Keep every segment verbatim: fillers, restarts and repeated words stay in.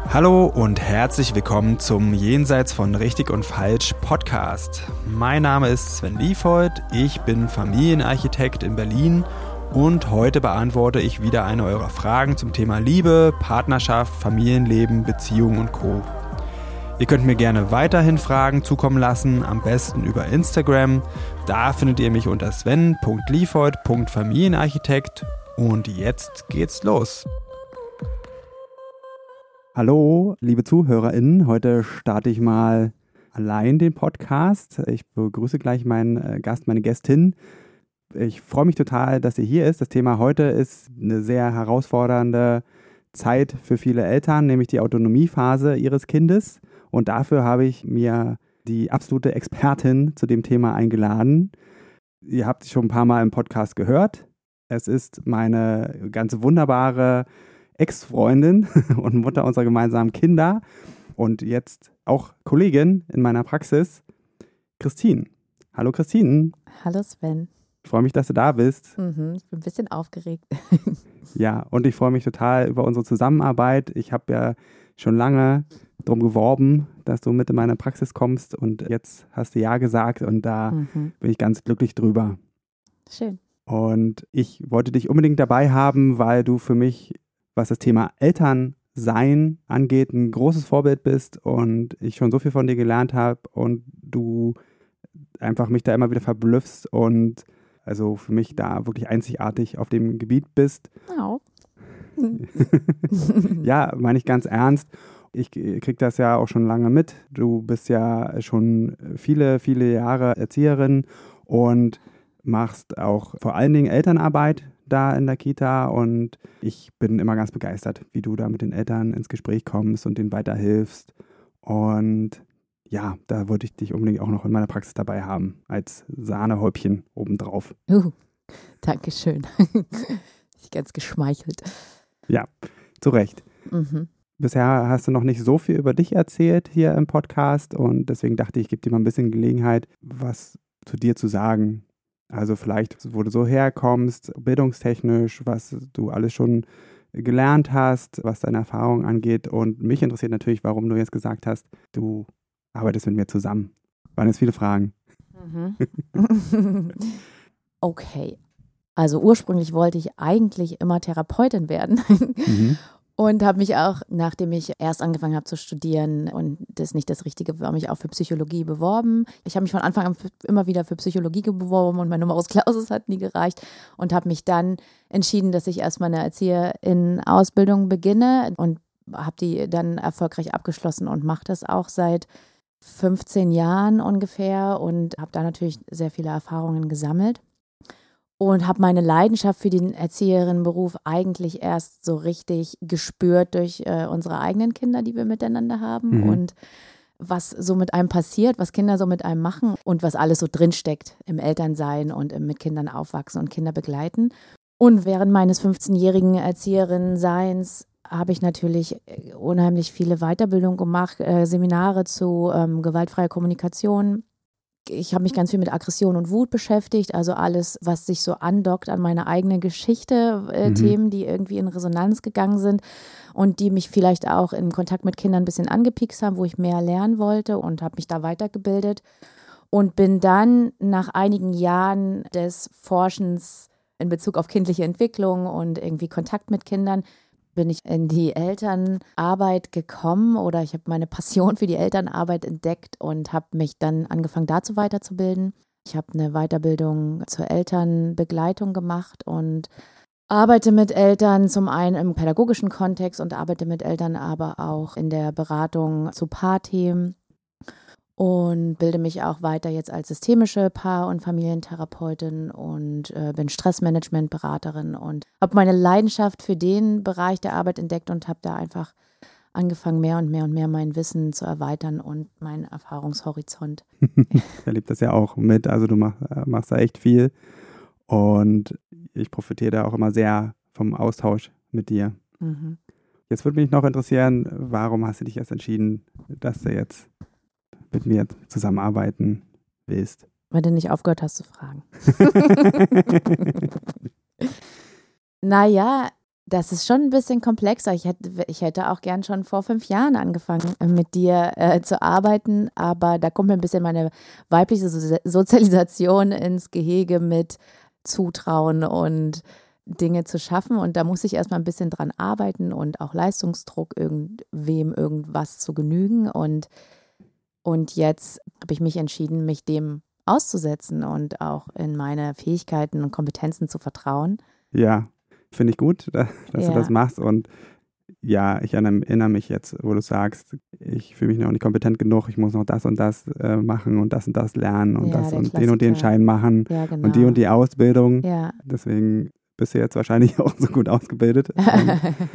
Hallo und herzlich willkommen zum Jenseits von Richtig und Falsch Podcast. Mein Name ist Sven Liefhold, ich bin Familienarchitekt in Berlin und heute beantworte ich wieder eine eurer Fragen zum Thema Liebe, Partnerschaft, Familienleben, Beziehungen und Co. Ihr könnt mir gerne weiterhin Fragen zukommen lassen, am besten über Instagram. Da findet ihr mich unter sven punkt liefhold punkt familienarchitekt und jetzt geht's los. Hallo, liebe ZuhörerInnen. Heute starte ich mal allein den Podcast. Ich begrüße gleich meinen Gast, meine Gästin. Ich freue mich total, dass sie hier ist. Das Thema heute ist eine sehr herausfordernde Zeit für viele Eltern, nämlich die Autonomiephase ihres Kindes. Und dafür habe ich mir die absolute Expertin zu dem Thema eingeladen. Ihr habt sie schon ein paar Mal im Podcast gehört. Es ist meine ganz wunderbare Ex-Freundin und Mutter unserer gemeinsamen Kinder und jetzt auch Kollegin in meiner Praxis, Christine. Hallo Christine. Hallo Sven. Ich freue mich, dass du da bist. Mhm, ich bin ein bisschen aufgeregt. Ja, und ich freue mich total über unsere Zusammenarbeit. Ich habe ja schon lange darum geworben, dass du mit in meine Praxis kommst und jetzt hast du ja gesagt und da mhm. bin ich ganz glücklich drüber. Schön. Und ich wollte dich unbedingt dabei haben, weil du für mich, was das Thema Elternsein angeht, ein großes Vorbild bist und ich schon so viel von dir gelernt habe und du einfach mich da immer wieder verblüffst und also für mich da wirklich einzigartig auf dem Gebiet bist. Oh. Ja, meine ich ganz ernst. Ich kriege das ja auch schon lange mit. Du bist ja schon viele, viele Jahre Erzieherin und machst auch vor allen Dingen Elternarbeit da in der Kita und ich bin immer ganz begeistert, wie du da mit den Eltern ins Gespräch kommst und denen weiterhilfst. Und ja, da würde ich dich unbedingt auch noch in meiner Praxis dabei haben, als Sahnehäubchen obendrauf. Uh, Dankeschön. Ich bin ganz geschmeichelt. Ja, zu Recht. Mhm. Bisher hast du noch nicht so viel über dich erzählt hier im Podcast und deswegen dachte ich, ich gebe dir mal ein bisschen Gelegenheit, was zu dir zu sagen. Also vielleicht, wo du so herkommst, bildungstechnisch, was du alles schon gelernt hast, was deine Erfahrungen angeht. Und mich interessiert natürlich, warum du jetzt gesagt hast, du arbeitest mit mir zusammen. Waren jetzt viele Fragen. Mhm. Okay. Also ursprünglich wollte ich eigentlich immer Therapeutin werden. Mhm. Und habe mich auch, nachdem ich erst angefangen habe zu studieren und das nicht das Richtige war, mich auch für Psychologie beworben. Ich habe mich von Anfang an immer wieder für Psychologie beworben und mein Numerus Clausus hat nie gereicht und habe mich dann entschieden, dass ich erstmal eine Erzieherin-Ausbildung beginne und habe die dann erfolgreich abgeschlossen und mache das auch seit fünfzehn Jahren ungefähr und habe da natürlich sehr viele Erfahrungen gesammelt. Und habe meine Leidenschaft für den Erzieherinnenberuf eigentlich erst so richtig gespürt durch äh, unsere eigenen Kinder, die wir miteinander haben. Mhm. Und was so mit einem passiert, was Kinder so mit einem machen und was alles so drinsteckt im Elternsein und im mit Kindern aufwachsen und Kinder begleiten. Und während meines fünfzehnjährigen Erzieherinnenseins habe ich natürlich unheimlich viele Weiterbildungen gemacht, äh, Seminare zu ähm, gewaltfreier Kommunikation. Ich habe mich ganz viel mit Aggression und Wut beschäftigt, also alles, was sich so andockt an meine eigene Geschichte, äh, mhm. Themen, die irgendwie in Resonanz gegangen sind und die mich vielleicht auch im Kontakt mit Kindern ein bisschen angepiekst haben, wo ich mehr lernen wollte und habe mich da weitergebildet und bin dann nach einigen Jahren des Forschens in Bezug auf kindliche Entwicklung und irgendwie Kontakt mit Kindern bin ich in die Elternarbeit gekommen oder ich habe meine Passion für die Elternarbeit entdeckt und habe mich dann angefangen, dazu weiterzubilden. Ich habe eine Weiterbildung zur Elternbegleitung gemacht und arbeite mit Eltern zum einen im pädagogischen Kontext und arbeite mit Eltern aber auch in der Beratung zu Paarthemen und bilde mich auch weiter jetzt als systemische Paar- und Familientherapeutin und äh, bin Stressmanagement-Beraterin und habe meine Leidenschaft für den Bereich der Arbeit entdeckt und habe da einfach angefangen, mehr und mehr und mehr mein Wissen zu erweitern und meinen Erfahrungshorizont. Ich erlebe das ja auch mit, also du mach, machst da echt viel und ich profitiere da auch immer sehr vom Austausch mit dir. Mhm. Jetzt würde mich noch interessieren, warum hast du dich erst entschieden, dass du jetzt mit mir zusammenarbeiten willst? Weil du nicht aufgehört hast zu fragen. Naja, Das ist schon ein bisschen komplexer. Ich hätte, ich hätte auch gern schon vor fünf Jahren angefangen, mit dir äh, zu arbeiten, aber da kommt mir ein bisschen meine weibliche so- Sozialisation ins Gehege mit Zutrauen und Dinge zu schaffen. Und da muss ich erstmal ein bisschen dran arbeiten und auch Leistungsdruck, irgendwem irgendwas zu genügen. Und, und jetzt habe ich mich entschieden, mich dem auszusetzen und auch in meine Fähigkeiten und Kompetenzen zu vertrauen. Ja, finde ich gut, dass Ja. du das machst. Und ja, ich erinnere mich jetzt, wo du sagst, ich fühle mich noch nicht kompetent genug, ich muss noch das und das äh, machen und das und das lernen und Ja, das der und den und den Klassiker. Schein machen Ja, genau. und die und die Ausbildung. Ja. Deswegen bist du jetzt wahrscheinlich auch so gut ausgebildet. Ähm,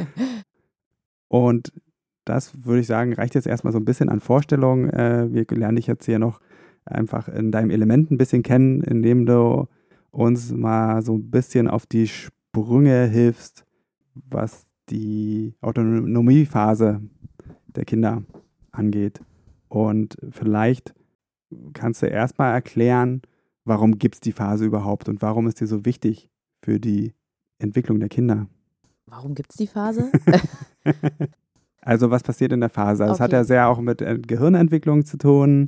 Und das würde ich sagen, reicht jetzt erstmal so ein bisschen an Vorstellung. Äh, wir lernen dich jetzt hier noch einfach in deinem Element ein bisschen kennen, indem du uns mal so ein bisschen auf die Sprünge hilfst, was die Autonomiephase der Kinder angeht. Und vielleicht kannst du erstmal erklären, warum gibt es die Phase überhaupt und warum ist die so wichtig für die Entwicklung der Kinder? Warum gibt es die Phase? Also was passiert in der Phase? Also es hat Okay. ja sehr auch mit äh, Gehirnentwicklung zu tun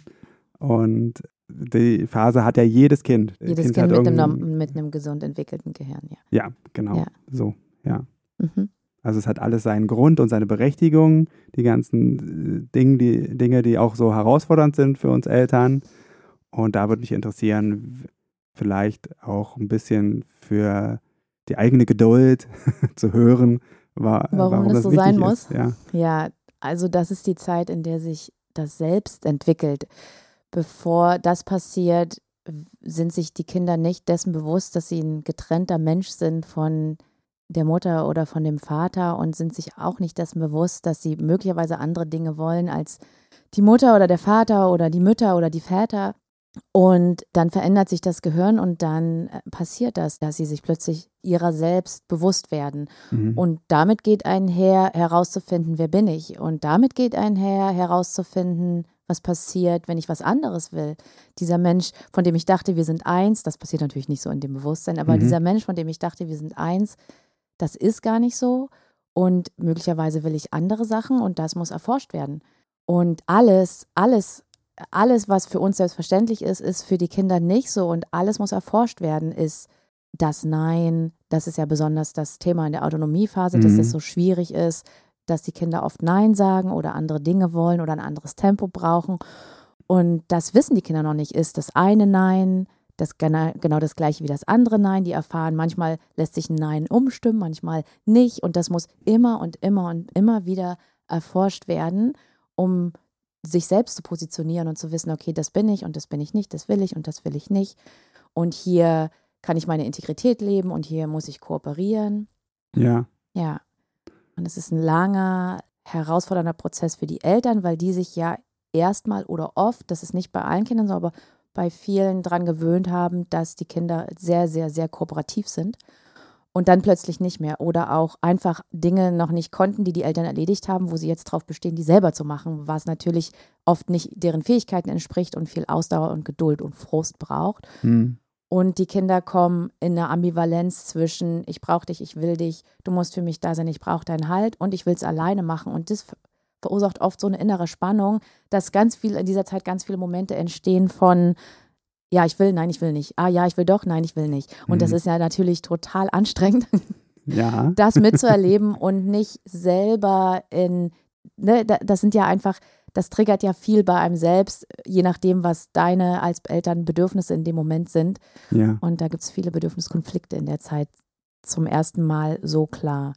und die Phase hat ja jedes Kind. Jedes Kind Kind hat mit einem, irgendein- norm- mit einem gesund entwickelten Gehirn, ja. Ja, genau. Ja. So, ja. Mhm. Also es hat alles seinen Grund und seine Berechtigung, die ganzen äh, Dinge, die, Dinge, die auch so herausfordernd sind für uns Eltern. Und da würde mich interessieren, w- vielleicht auch ein bisschen für die eigene Geduld zu hören, wa Warum das so wichtig sein ist. muss? Ja. Ja, also das ist die Zeit, in der sich das selbst entwickelt. Bevor das passiert, w- sind sich die Kinder nicht dessen bewusst, dass sie ein getrennter Mensch sind von der Mutter oder von dem Vater und sind sich auch nicht dessen bewusst, dass sie möglicherweise andere Dinge wollen als die Mutter oder der Vater oder die Mütter oder die Väter. Und dann verändert sich das Gehirn und dann äh, passiert das, dass sie sich plötzlich ihrer selbst bewusst werden. Mhm. Und damit geht einher, herauszufinden, wer bin ich. Und damit geht einher, herauszufinden, was passiert, wenn ich was anderes will. Dieser Mensch, von dem ich dachte, wir sind eins, das passiert natürlich nicht so in dem Bewusstsein, aber Mhm. dieser Mensch, von dem ich dachte, wir sind eins, das ist gar nicht so. Und möglicherweise will ich andere Sachen und das muss erforscht werden. Und alles, alles, alles, was für uns selbstverständlich ist, ist für die Kinder nicht so. Und alles muss erforscht werden, ist das Nein. Das ist ja besonders das Thema in der Autonomiephase, dass Mhm. es so schwierig ist, dass die Kinder oft Nein sagen oder andere Dinge wollen oder ein anderes Tempo brauchen. Und das wissen die Kinder noch nicht. Ist das eine Nein das genau, genau das gleiche wie das andere Nein? Die erfahren, manchmal lässt sich ein Nein umstimmen, manchmal nicht. Und das muss immer und immer und immer wieder erforscht werden, um sich selbst zu positionieren und zu wissen, okay, das bin ich und das bin ich nicht, das will ich und das will ich nicht. Und hier kann ich meine Integrität leben und hier muss ich kooperieren. Ja. Ja. Und es ist ein langer, herausfordernder Prozess für die Eltern, weil die sich ja erstmal oder oft, das ist nicht bei allen Kindern so, aber bei vielen daran gewöhnt haben, dass die Kinder sehr, sehr, sehr kooperativ sind und dann plötzlich nicht mehr. Oder auch einfach Dinge noch nicht konnten, die die Eltern erledigt haben, wo sie jetzt darauf bestehen, die selber zu machen, was natürlich oft nicht deren Fähigkeiten entspricht und viel Ausdauer und Geduld und Frust braucht. Mhm. Und die Kinder kommen in eine Ambivalenz zwischen, ich brauche dich, ich will dich, du musst für mich da sein, ich brauche deinen Halt und ich will es alleine machen. Und das verursacht oft so eine innere Spannung, dass ganz viel in dieser Zeit ganz viele Momente entstehen von, ja, ich will, nein, ich will nicht. Ah, ja, ich will doch, nein, ich will nicht. Und Mhm. das ist ja natürlich total anstrengend, Ja. das mitzuerleben und nicht selber in, ne, das sind ja einfach, das triggert ja viel bei einem selbst, je nachdem, was deine als Eltern Bedürfnisse in dem Moment sind. Ja. Und da gibt es viele Bedürfniskonflikte in der Zeit zum ersten Mal so klar.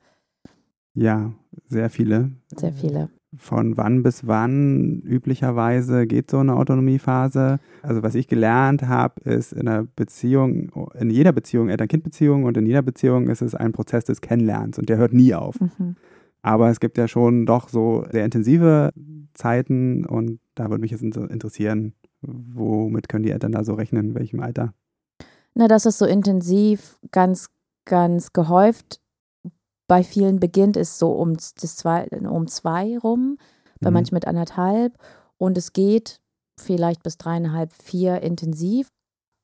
Ja, sehr viele. Sehr viele. Von wann bis wann üblicherweise geht so eine Autonomiephase? Also was ich gelernt habe, ist in einer Beziehung, in jeder Beziehung, Eltern-Kind-Beziehung und in jeder Beziehung ist es ein Prozess des Kennenlernens und der hört nie auf. Mhm. Aber es gibt ja schon doch so sehr intensive Zeiten und da würde mich jetzt interessieren, womit können die Eltern da so rechnen, in welchem Alter? Na, dass es so intensiv, ganz, ganz gehäuft bei vielen beginnt, ist so um, das zwei, um zwei rum, bei Mhm. manchen mit anderthalb. Und es geht vielleicht bis dreieinhalb, vier intensiv.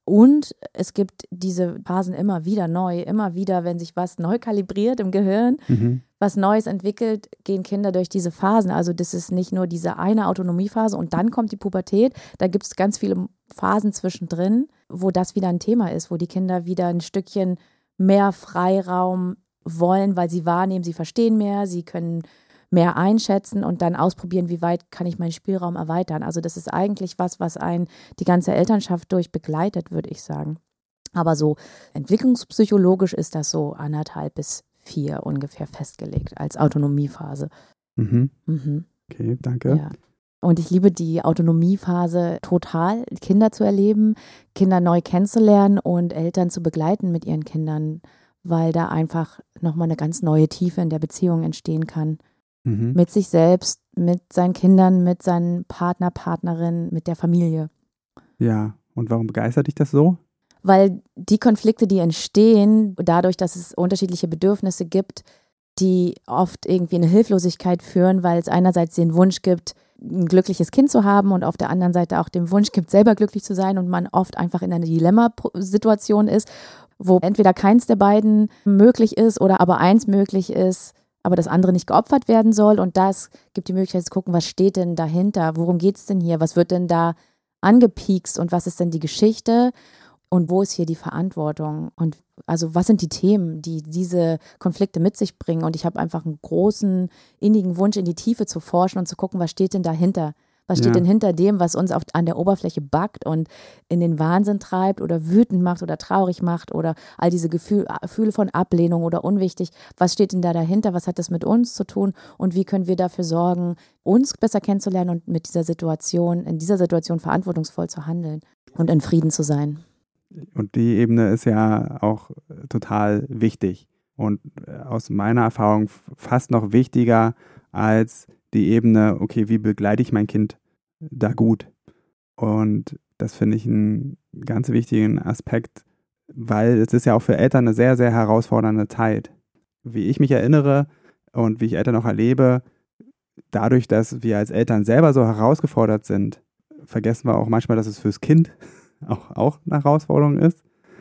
Und es gibt diese Phasen immer wieder neu, immer wieder, wenn sich was neu kalibriert im Gehirn, mhm. was Neues entwickelt, gehen Kinder durch diese Phasen. Also das ist nicht nur diese eine Autonomiephase und dann kommt die Pubertät. Da gibt es ganz viele Phasen zwischendrin, wo das wieder ein Thema ist, wo die Kinder wieder ein Stückchen mehr Freiraum wollen, weil sie wahrnehmen, sie verstehen mehr, sie können mehr einschätzen und dann ausprobieren, wie weit kann ich meinen Spielraum erweitern. Also das ist eigentlich was, was einen die ganze Elternschaft durch begleitet, würde ich sagen. Aber so entwicklungspsychologisch ist das so anderthalb bis vier ungefähr festgelegt als Autonomiephase. Mhm. Mhm. Okay, danke. Ja. Und ich liebe die Autonomiephase total, Kinder zu erleben, Kinder neu kennenzulernen und Eltern zu begleiten mit ihren Kindern, weil da einfach nochmal eine ganz neue Tiefe in der Beziehung entstehen kann. Mhm. Mit sich selbst, mit seinen Kindern, mit seinem Partner, Partnerin, mit der Familie. Ja, und warum begeistert dich das so? Weil die Konflikte, die entstehen, dadurch, dass es unterschiedliche Bedürfnisse gibt, die oft irgendwie eine Hilflosigkeit führen, weil es einerseits den Wunsch gibt, ein glückliches Kind zu haben und auf der anderen Seite auch den Wunsch gibt, selber glücklich zu sein und man oft einfach in einer Dilemma-Situation ist, wo entweder keins der beiden möglich ist oder aber eins möglich ist, aber das andere nicht geopfert werden soll. Und das gibt die Möglichkeit zu gucken, was steht denn dahinter? Worum geht es denn hier? Was wird denn da angepiekst? Und was ist denn die Geschichte? Und wo ist hier die Verantwortung? Und also was sind die Themen, die diese Konflikte mit sich bringen? Und ich habe einfach einen großen, innigen Wunsch, in die Tiefe zu forschen und zu gucken, was steht denn dahinter? Was steht ja. denn hinter dem, was uns auf, an der Oberfläche backt und in den Wahnsinn treibt oder wütend macht oder traurig macht oder all diese Gefühl, Gefühle von Ablehnung oder unwichtig? Was steht denn da dahinter? Was hat das mit uns zu tun? Und wie können wir dafür sorgen, uns besser kennenzulernen und mit dieser Situation, in dieser Situation verantwortungsvoll zu handeln und in Frieden zu sein? Und die Ebene ist ja auch total wichtig und aus meiner Erfahrung fast noch wichtiger als die Ebene, okay, wie begleite ich mein Kind da gut? Und das finde ich einen ganz wichtigen Aspekt, weil es ist ja auch für Eltern eine sehr, sehr herausfordernde Zeit. Wie ich mich erinnere und wie ich Eltern auch erlebe, dadurch, dass wir als Eltern selber so herausgefordert sind, vergessen wir auch manchmal, dass es fürs Kind auch, auch eine Herausforderung ist.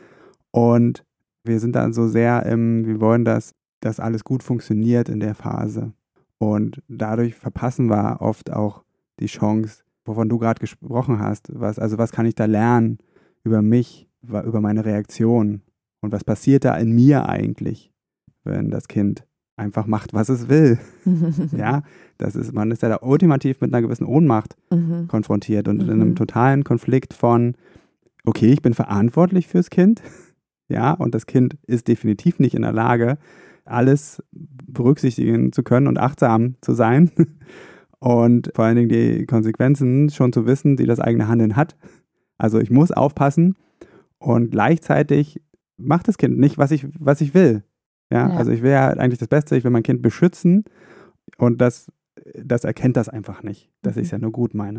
Und wir sind dann so sehr im, wir wollen, dass das alles gut funktioniert in der Phase. Und dadurch verpassen wir oft auch die Chance, wovon du gerade gesprochen hast. Was, also was kann ich da lernen über mich, über meine Reaktion? Und was passiert da in mir eigentlich, wenn das Kind einfach macht, was es will? Ja, das ist, man ist ja da ultimativ mit einer gewissen Ohnmacht mhm. konfrontiert und mhm. in einem totalen Konflikt von, okay, ich bin verantwortlich fürs Kind, ja, und das Kind ist definitiv nicht in der Lage, alles berücksichtigen zu können und achtsam zu sein und vor allen Dingen die Konsequenzen schon zu wissen, die das eigene Handeln hat. Also ich muss aufpassen und gleichzeitig macht das Kind nicht, was ich, was ich will. Ja, ja. Also ich will ja eigentlich das Beste, ich will mein Kind beschützen und das, das erkennt das einfach nicht, dass ich es ja nur gut meine.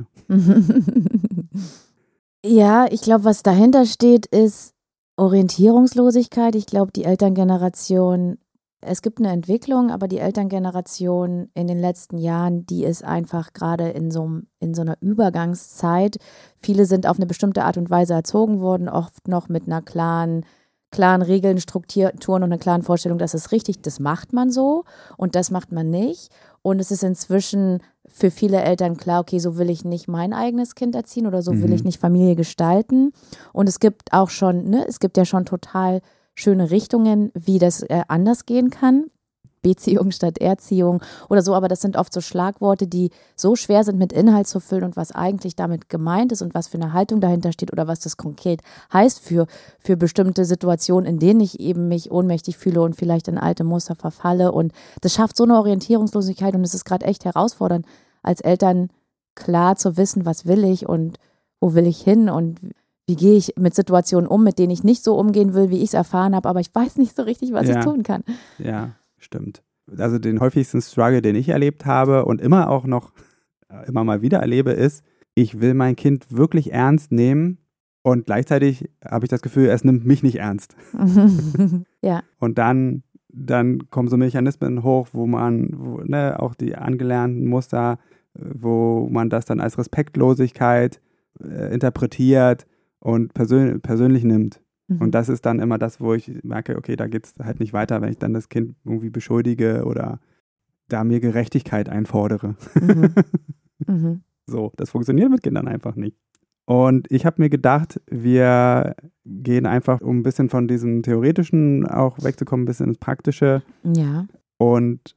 Ja, ich glaube, was dahinter steht, ist Orientierungslosigkeit. Ich glaube, die Elterngeneration, es gibt eine Entwicklung, aber die Elterngeneration in den letzten Jahren, die ist einfach gerade in so, in so einer Übergangszeit. Viele sind auf eine bestimmte Art und Weise erzogen worden, oft noch mit einer klaren, klaren Regeln, Strukturen und einer klaren Vorstellung, das ist richtig, das macht man so und das macht man nicht. Und es ist inzwischen für viele Eltern klar, okay, so will ich nicht mein eigenes Kind erziehen oder so mhm. will ich nicht Familie gestalten. Und es gibt auch schon, ne, es gibt ja schon total schöne Richtungen, wie das äh, anders gehen kann. Beziehung statt Erziehung oder so, aber das sind oft so Schlagworte, die so schwer sind mit Inhalt zu füllen und was eigentlich damit gemeint ist und was für eine Haltung dahinter steht oder was das konkret heißt für, für bestimmte Situationen, in denen ich eben mich ohnmächtig fühle und vielleicht in alte Muster verfalle und das schafft so eine Orientierungslosigkeit und es ist gerade echt herausfordernd, als Eltern klar zu wissen, was will ich und wo will ich hin und wie gehe ich mit Situationen um, mit denen ich nicht so umgehen will, wie ich es erfahren habe, aber ich weiß nicht so richtig, was ja. ich tun kann. Ja. Stimmt. Also den häufigsten Struggle, den ich erlebt habe und immer auch noch immer mal wieder erlebe, ist, ich will mein Kind wirklich ernst nehmen und gleichzeitig habe ich das Gefühl, es nimmt mich nicht ernst. Ja. Und dann, dann kommen so Mechanismen hoch, wo man, wo, ne, auch die angelernten Muster, wo man das dann als Respektlosigkeit äh, interpretiert und persön- persönlich nimmt. Mhm. Und das ist dann immer das, wo ich merke, okay, da geht es halt nicht weiter, wenn ich dann das Kind irgendwie beschuldige oder da mir Gerechtigkeit einfordere. Mhm. Mhm. So, das funktioniert mit Kindern einfach nicht. Und ich habe mir gedacht, wir gehen einfach, um ein bisschen von diesem Theoretischen auch wegzukommen, ein bisschen ins Praktische Ja. und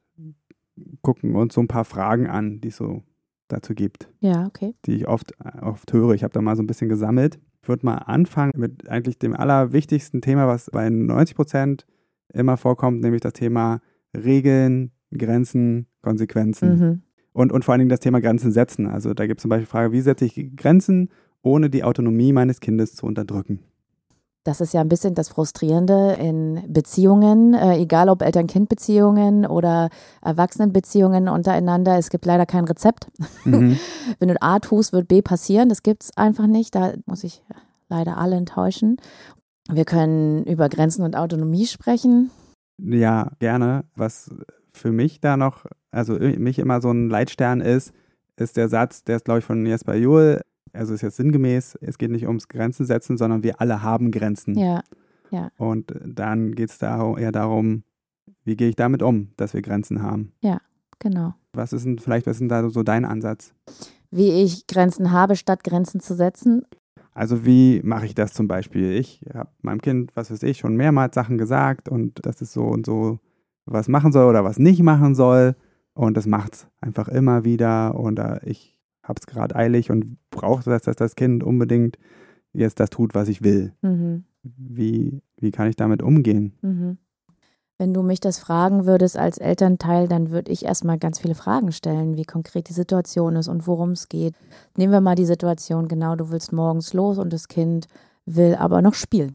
gucken uns so ein paar Fragen an, die es so dazu gibt, Ja, okay. die ich oft, oft höre. Ich habe da mal so ein bisschen gesammelt. Ich würde mal anfangen mit eigentlich dem allerwichtigsten Thema, was bei neunzig Prozent immer vorkommt, nämlich das Thema Regeln, Grenzen, Konsequenzen. Mhm. Und, und vor allen Dingen das Thema Grenzen setzen. Also da gibt es zum Beispiel die Frage, wie setze ich Grenzen, ohne die Autonomie meines Kindes zu unterdrücken? Das ist ja ein bisschen das Frustrierende in Beziehungen, äh, egal ob Eltern-Kind-Beziehungen oder Erwachsenenbeziehungen untereinander. Es gibt leider kein Rezept. Mhm. Wenn du A tust, wird B passieren. Das gibt es einfach nicht. Da muss ich leider alle enttäuschen. Wir können über Grenzen und Autonomie sprechen. Ja, gerne. Was für mich da noch, also mich immer so ein Leitstern ist, ist der Satz, der ist, glaube ich, von Jesper Juhl. Also ist jetzt sinngemäß, es geht nicht ums Grenzen setzen, sondern wir alle haben Grenzen. Ja, ja. Und dann geht es da eher darum, wie gehe ich damit um, dass wir Grenzen haben. Ja, genau. Was ist denn, vielleicht, was ist denn da so dein Ansatz? Wie ich Grenzen habe, statt Grenzen zu setzen. Also wie mache ich das zum Beispiel? Ich habe meinem Kind, was weiß ich, schon mehrmals Sachen gesagt und dass es so und so was machen soll oder was nicht machen soll. Und das macht es einfach immer wieder. Und äh, ich habe es gerade eilig und brauche das, dass das Kind unbedingt jetzt das tut, was ich will. Mhm. Wie, wie kann ich damit umgehen? Mhm. Wenn du mich das fragen würdest als Elternteil, dann würde ich erstmal ganz viele Fragen stellen, wie konkret die Situation ist und worum es geht. Nehmen wir mal die Situation, genau, du willst morgens los und das Kind will aber noch spielen.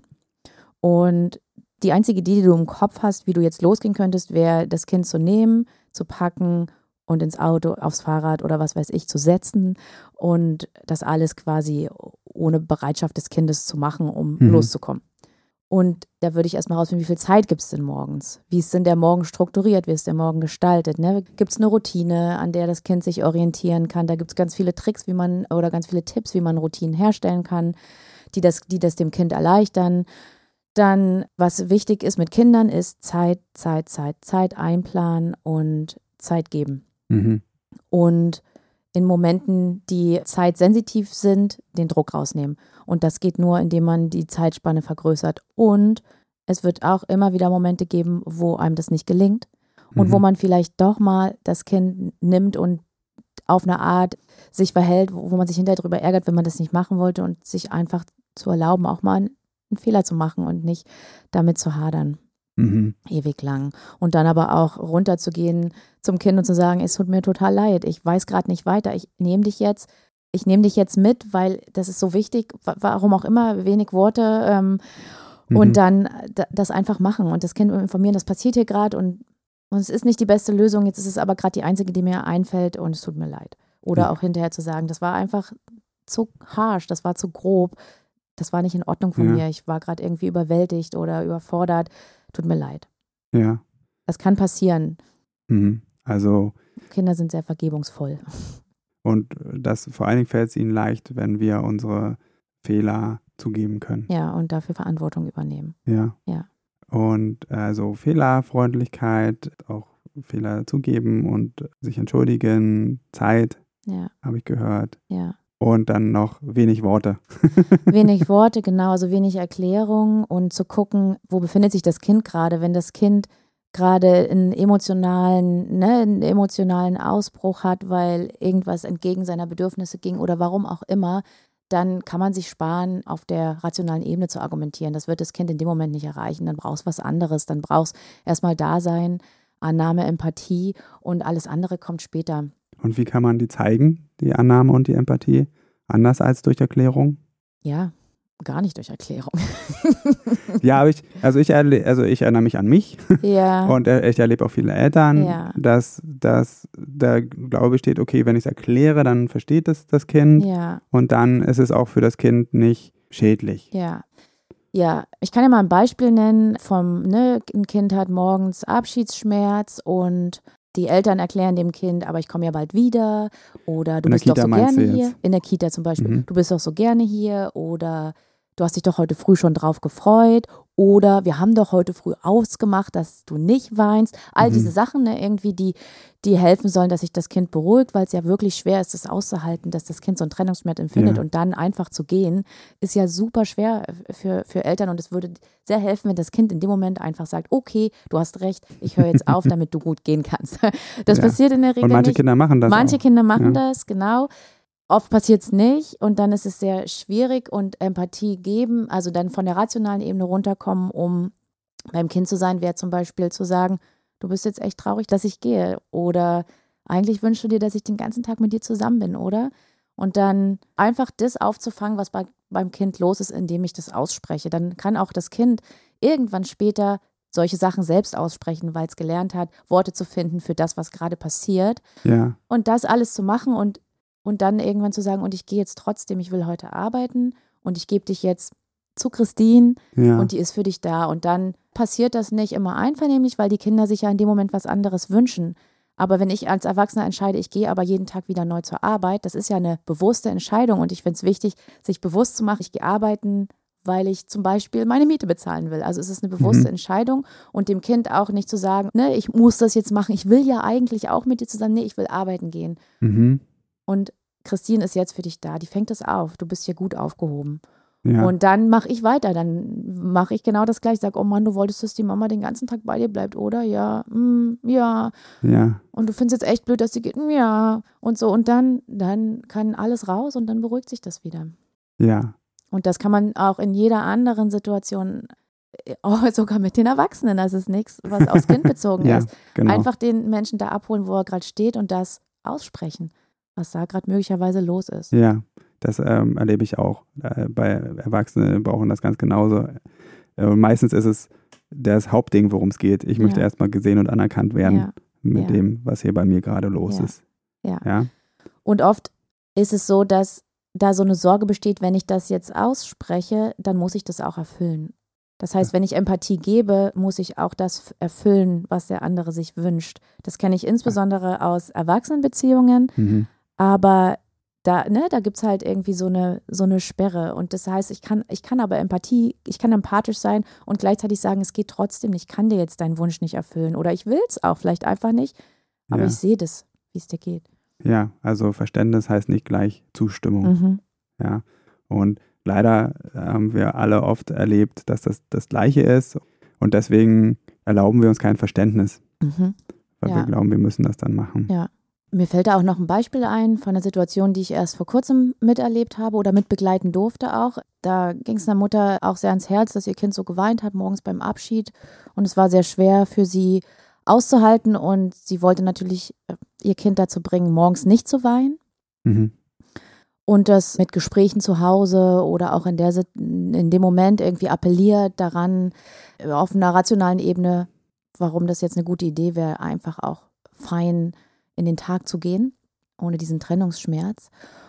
Und die einzige Idee, die du im Kopf hast, wie du jetzt losgehen könntest, wäre, das Kind zu nehmen, zu packen und ins Auto, aufs Fahrrad oder was weiß ich zu setzen und das alles quasi ohne Bereitschaft des Kindes zu machen, um Mhm. loszukommen. Und da würde ich erstmal rausfinden, wie viel Zeit gibt es denn morgens? Wie ist denn der Morgen strukturiert? Wie ist der Morgen gestaltet? Ne? Gibt es eine Routine, an der das Kind sich orientieren kann? Da gibt es ganz viele Tricks, wie man oder ganz viele Tipps, wie man Routinen herstellen kann, die das, die das dem Kind erleichtern. Dann, was wichtig ist mit Kindern, ist Zeit, Zeit, Zeit, Zeit einplanen und Zeit geben. Mhm. Und in Momenten, die zeitsensitiv sind, den Druck rausnehmen. Und das geht nur, indem man die Zeitspanne vergrößert. Und es wird auch immer wieder Momente geben, wo einem das nicht gelingt und Mhm. wo man vielleicht doch mal das Kind nimmt und auf eine Art sich verhält, wo wo man sich hinterher darüber ärgert, wenn man das nicht machen wollte und sich einfach zu erlauben, auch mal einen, einen Fehler zu machen und nicht damit zu hadern. Mhm. Ewig lang. Und dann aber auch runterzugehen zum Kind und zu sagen, es tut mir total leid, ich weiß gerade nicht weiter, ich nehme dich jetzt, ich nehme dich jetzt mit, weil das ist so wichtig, wa- warum auch immer, wenig Worte ähm, Mhm. und dann da, das einfach machen und das Kind informieren, das passiert hier gerade und, und es ist nicht die beste Lösung, jetzt ist es aber gerade die einzige, die mir einfällt und es tut mir leid. Oder Ja. auch hinterher zu sagen, das war einfach zu harsh, das war zu grob, das war nicht in Ordnung von Ja. mir, ich war gerade irgendwie überwältigt oder überfordert, tut mir leid. Ja. Das kann passieren. Mhm. Also, Kinder sind sehr vergebungsvoll. und das vor allen Dingen fällt es ihnen leicht, wenn wir unsere Fehler zugeben können. Ja, und dafür Verantwortung übernehmen. Ja. Ja. Und also Fehlerfreundlichkeit, auch Fehler zugeben und sich entschuldigen, Zeit, Ja, habe ich gehört. ja. Und dann noch wenig Worte. Wenig Worte, genau, also wenig Erklärung und zu gucken, wo befindet sich das Kind gerade. Wenn das Kind gerade einen emotionalen, ne, einen emotionalen Ausbruch hat, weil irgendwas entgegen seiner Bedürfnisse ging oder warum auch immer, dann kann man sich sparen, auf der rationalen Ebene zu argumentieren. Das wird das Kind in dem Moment nicht erreichen. Dann brauchst du was anderes. Dann brauchst du erstmal Dasein, Annahme, Empathie und alles andere kommt später. Und wie kann man die zeigen, die Annahme und die Empathie? Anders als durch Erklärung? Ja, gar nicht durch Erklärung. Ja, aber ich, also ich, erle- also ich erinnere mich an mich Ja, und äh, ich erlebe auch viele Eltern, Ja. dass, dass da Glaube steht, okay, wenn ich es erkläre, dann versteht es das Kind ja, und dann ist es auch für das Kind nicht schädlich. ja. Ja, ich kann ja mal ein Beispiel nennen vom, ne, ein Kind hat morgens Abschiedsschmerz und die Eltern erklären dem Kind, aber ich komme ja bald wieder oder du In der bist doch Kita so meinst gerne du hier. jetzt? In der Kita zum Beispiel, Mhm. du bist doch so gerne hier oder du hast dich doch heute früh schon drauf gefreut oder wir haben doch heute früh ausgemacht, dass du nicht weinst. All mhm. diese Sachen, ne, irgendwie, die, die helfen sollen, dass sich das Kind beruhigt, weil es ja wirklich schwer ist, das auszuhalten, dass das Kind so einen Trennungsschmerz empfindet ja. und dann einfach zu gehen, ist ja super schwer für, für Eltern und es würde sehr helfen, wenn das Kind in dem Moment einfach sagt, okay, du hast recht, ich höre jetzt auf, damit du gut gehen kannst. Das ja. passiert in der Regel nicht. Und manche nicht. Kinder machen das Manche auch. Kinder machen ja. das, genau. Oft passiert es nicht und dann ist es sehr schwierig und Empathie geben, also dann von der rationalen Ebene runterkommen, um beim Kind zu sein, wäre zum Beispiel zu sagen, du bist jetzt echt traurig, dass ich gehe oder eigentlich wünschst du dir, dass ich den ganzen Tag mit dir zusammen bin, oder? Und dann einfach das aufzufangen, was bei, beim Kind los ist, indem ich das ausspreche. Dann kann auch das Kind irgendwann später solche Sachen selbst aussprechen, weil es gelernt hat, Worte zu finden für das, was gerade passiert. Ja. Und das alles zu machen und Und dann irgendwann zu sagen, und ich gehe jetzt trotzdem, ich will heute arbeiten und ich gebe dich jetzt zu Christine ja. und die ist für dich da. Und dann passiert das nicht immer einvernehmlich, weil die Kinder sich ja in dem Moment was anderes wünschen. Aber wenn ich als Erwachsener entscheide, ich gehe aber jeden Tag wieder neu zur Arbeit, das ist ja eine bewusste Entscheidung und ich finde es wichtig, sich bewusst zu machen, ich gehe arbeiten, weil ich zum Beispiel meine Miete bezahlen will. Also es ist eine bewusste mhm. Entscheidung und dem Kind auch nicht zu sagen, ne, ich muss das jetzt machen, ich will ja eigentlich auch mit dir zusammen, nee, ich will arbeiten gehen. Mhm. Und Christine ist jetzt für dich da, die fängt es auf, du bist hier gut aufgehoben. Ja. Und dann mache ich weiter, dann mache ich genau das gleiche. Ich sage, oh Mann, du wolltest, dass die Mama den ganzen Tag bei dir bleibt, oder? Ja, mm, ja. ja. Und du findest jetzt echt blöd, dass sie geht, ja. Und so, und dann, dann kann alles raus und dann beruhigt sich das wieder. Ja. Und das kann man auch in jeder anderen Situation, oh, sogar mit den Erwachsenen, das ist nichts, was aufs Kind bezogen ja, ist. Genau. Einfach den Menschen da abholen, wo er gerade steht und das aussprechen, was da gerade möglicherweise los ist. Ja, das ähm, erlebe ich auch. Äh, bei Erwachsenen brauchen das ganz genauso. Äh, und meistens ist es das Hauptding, worum es geht. Ich ja. möchte erstmal gesehen und anerkannt werden ja. mit ja. dem, was hier bei mir gerade los ja. ist. Ja. ja. Und oft ist es so, dass da so eine Sorge besteht, wenn ich das jetzt ausspreche, dann muss ich das auch erfüllen. Das heißt, wenn ich Empathie gebe, muss ich auch das erfüllen, was der andere sich wünscht. Das kenne ich insbesondere aus Erwachsenenbeziehungen, mhm. aber da, ne, da gibt es halt irgendwie so eine, so eine Sperre. Und das heißt, ich kann, ich kann aber Empathie, ich kann empathisch sein und gleichzeitig sagen, es geht trotzdem nicht, ich kann dir jetzt deinen Wunsch nicht erfüllen oder ich will es auch vielleicht einfach nicht, aber ja. ich sehe das, wie es dir geht. Ja, also Verständnis heißt nicht gleich Zustimmung. Mhm. Ja, und leider haben wir alle oft erlebt, dass das das Gleiche ist und deswegen erlauben wir uns kein Verständnis, mhm. weil ja. wir glauben, wir müssen das dann machen. Ja. Mir fällt da auch noch ein Beispiel ein von einer Situation, die ich erst vor kurzem miterlebt habe oder mitbegleiten durfte auch. Da ging es einer Mutter auch sehr ans Herz, dass ihr Kind so geweint hat morgens beim Abschied und es war sehr schwer für sie auszuhalten und sie wollte natürlich ihr Kind dazu bringen, morgens nicht zu weinen. Mhm. Und das mit Gesprächen zu Hause oder auch in, der, in dem Moment irgendwie appelliert daran, auf einer rationalen Ebene, warum das jetzt eine gute Idee wäre, einfach auch fein in den Tag zu gehen, ohne diesen Trennungsschmerz.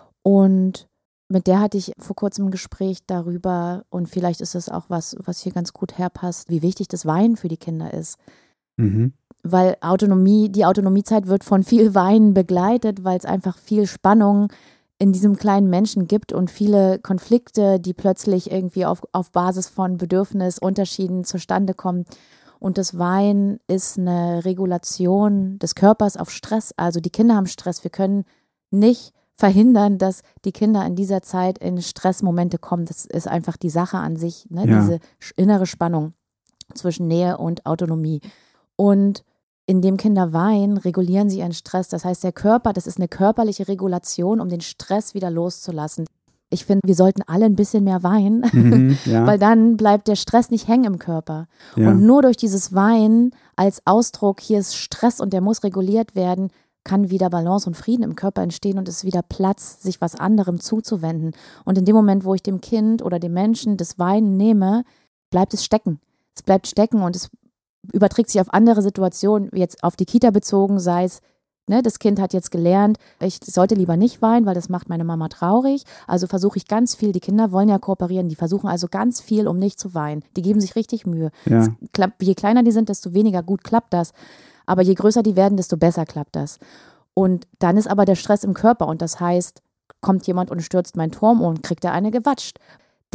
Und mit der hatte ich vor kurzem ein Gespräch darüber und vielleicht ist es auch was, was hier ganz gut herpasst, wie wichtig das Weinen für die Kinder ist. Mhm. Weil Autonomie, die Autonomiezeit wird von viel Weinen begleitet, weil es einfach viel Spannung in diesem kleinen Menschen gibt und viele Konflikte, die plötzlich irgendwie auf, auf Basis von Bedürfnisunterschieden zustande kommen. Und das Weinen ist eine Regulation des Körpers auf Stress. Also die Kinder haben Stress. Wir können nicht verhindern, dass die Kinder in dieser Zeit in Stressmomente kommen. Das ist einfach die Sache an sich, ne? Ja. Diese innere Spannung zwischen Nähe und Autonomie. Und indem Kinder weinen, regulieren sie ihren Stress. Das heißt, der Körper, das ist eine körperliche Regulation, um den Stress wieder loszulassen. Ich finde, wir sollten alle ein bisschen mehr weinen, mhm, ja. weil dann bleibt der Stress nicht hängen im Körper. Ja. Und nur durch dieses Weinen als Ausdruck, hier ist Stress und der muss reguliert werden, kann wieder Balance und Frieden im Körper entstehen und es ist wieder Platz, sich was anderem zuzuwenden. Und in dem Moment, wo ich dem Kind oder dem Menschen das Weinen nehme, bleibt es stecken. Es bleibt stecken und es überträgt sich auf andere Situationen, jetzt auf die Kita bezogen, sei es, ne, das Kind hat jetzt gelernt, ich sollte lieber nicht weinen, weil das macht meine Mama traurig. Also versuche ich ganz viel, die Kinder wollen ja kooperieren, die versuchen also ganz viel, um nicht zu weinen. Die geben sich richtig Mühe. Ja. Klappt, je kleiner die sind, desto weniger gut klappt das. Aber je größer die werden, desto besser klappt das. Und dann ist aber der Stress im Körper und das heißt, kommt jemand und stürzt meinen Turm und kriegt er eine gewatscht.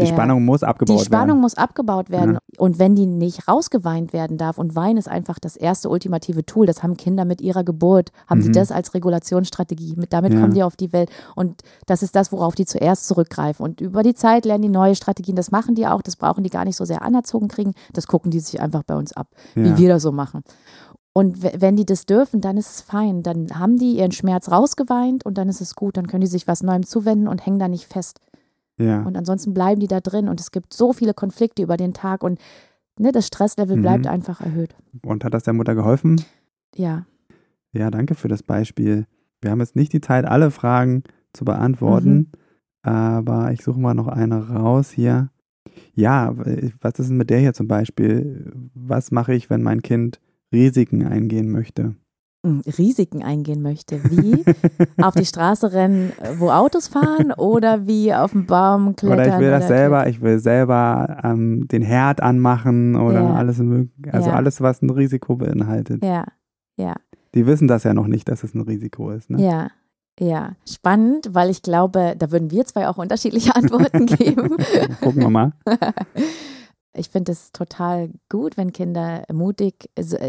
Die Spannung muss abgebaut werden. Die Spannung werden. muss abgebaut werden. Ja. Und wenn die nicht rausgeweint werden darf, und Wein ist einfach das erste ultimative Tool, das haben Kinder mit ihrer Geburt, haben Mhm. sie das als Regulationsstrategie. Mit, damit Ja. kommen die auf die Welt. Und das ist das, worauf die zuerst zurückgreifen. Und über die Zeit lernen die neue Strategien. Das machen die auch. Das brauchen die gar nicht so sehr anerzogen kriegen. Das gucken die sich einfach bei uns ab, Ja. wie wir das so machen. Und w- wenn die das dürfen, dann ist es fein. Dann haben die ihren Schmerz rausgeweint und dann ist es gut. Dann können die sich was Neuem zuwenden und hängen da nicht fest. Ja. Und ansonsten bleiben die da drin und es gibt so viele Konflikte über den Tag und ne, das Stresslevel Mhm. bleibt einfach erhöht. Und hat das der Mutter geholfen? Ja. Ja, danke für das Beispiel. Wir haben jetzt nicht die Zeit, alle Fragen zu beantworten, Mhm. aber ich suche mal noch eine raus hier. Ja, was ist denn mit der hier zum Beispiel? Was mache ich, wenn mein Kind Risiken eingehen möchte? Risiken eingehen möchte. Wie? Auf die Straße rennen, wo Autos fahren oder wie auf den Baum klettern? Oder ich will das oder selber, ich will selber ähm, den Herd anmachen oder Ja. alles mögliche. Also Ja. alles, was ein Risiko beinhaltet. Ja, ja, Die wissen das ja noch nicht, dass es ein Risiko ist. Ne? ja, ja. Spannend, weil ich glaube, da würden wir zwei auch unterschiedliche Antworten geben. Gucken wir mal. Ich finde es total gut, wenn Kinder mutig,